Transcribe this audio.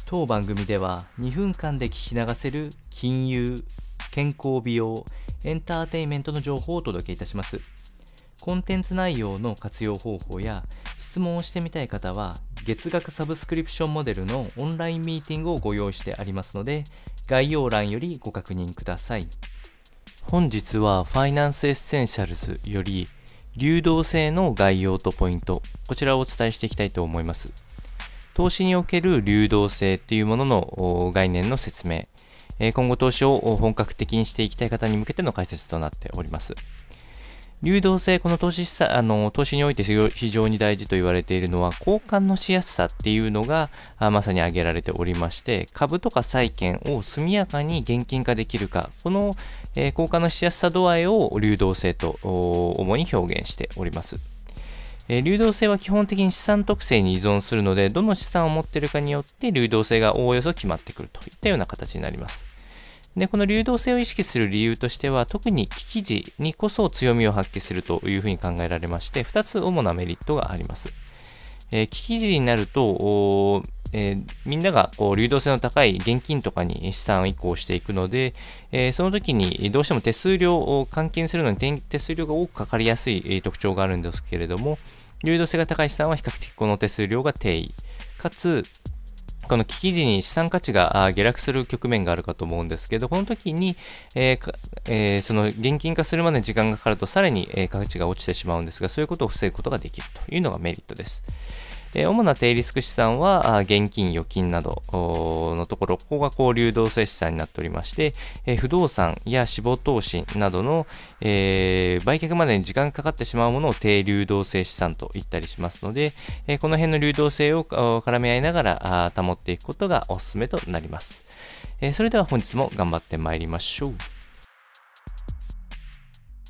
当番組では2分間で聞き流せる金融、健康美容、エンターテインメントの情報をお届けいたします。コンテンツ内容の活用方法や質問をしてみたい方は月額サブスクリプションモデルのオンラインミーティングをご用意してありますので、概要欄よりご確認ください。本日はファイナンスエッセンシャルズより流動性の概要とポイント、こちらをお伝えしていきたいと思います。投資における流動性っていうものの概念の説明、今後投資を本格的にしていきたい方に向けての解説となっております。流動性、この投資において非常に大事と言われているのは、交換のしやすさっていうのがまさに挙げられておりまして、株とか債券を速やかに現金化できるか、この交換のしやすさ度合いを流動性と主に表現しております。流動性は基本的に資産特性に依存するので、どの資産を持っているかによって流動性がおおよそ決まってくるといったような形になります。で、この流動性を意識する理由としては、特に危機時にこそ強みを発揮するというふうに考えられまして、2つ主なメリットがあります。危機時になると、みんなが流動性の高い現金とかに資産移行していくので、その時にどうしても手数料を換金するのに手数料が多くかかりやすい特徴があるんですけれども、流動性が高い資産は比較的この手数料が低位、かつこの危機時に資産価値が下落する局面があるかと思うんですけど、この時に、その現金化するまでに時間がかかるとさらに価値が落ちてしまうんですが、そういうことを防ぐことができるというのがメリットです。主な低リスク資産は現金、預金などのところ、ここが流動性資産になっておりまして、不動産や死亡投資などの、売却までに時間がかかってしまうものを低流動性資産と言ったりしますので、この辺の流動性を絡め合いながら保っていくことがおすすめとなります。それでは本日も頑張ってまいりましょう。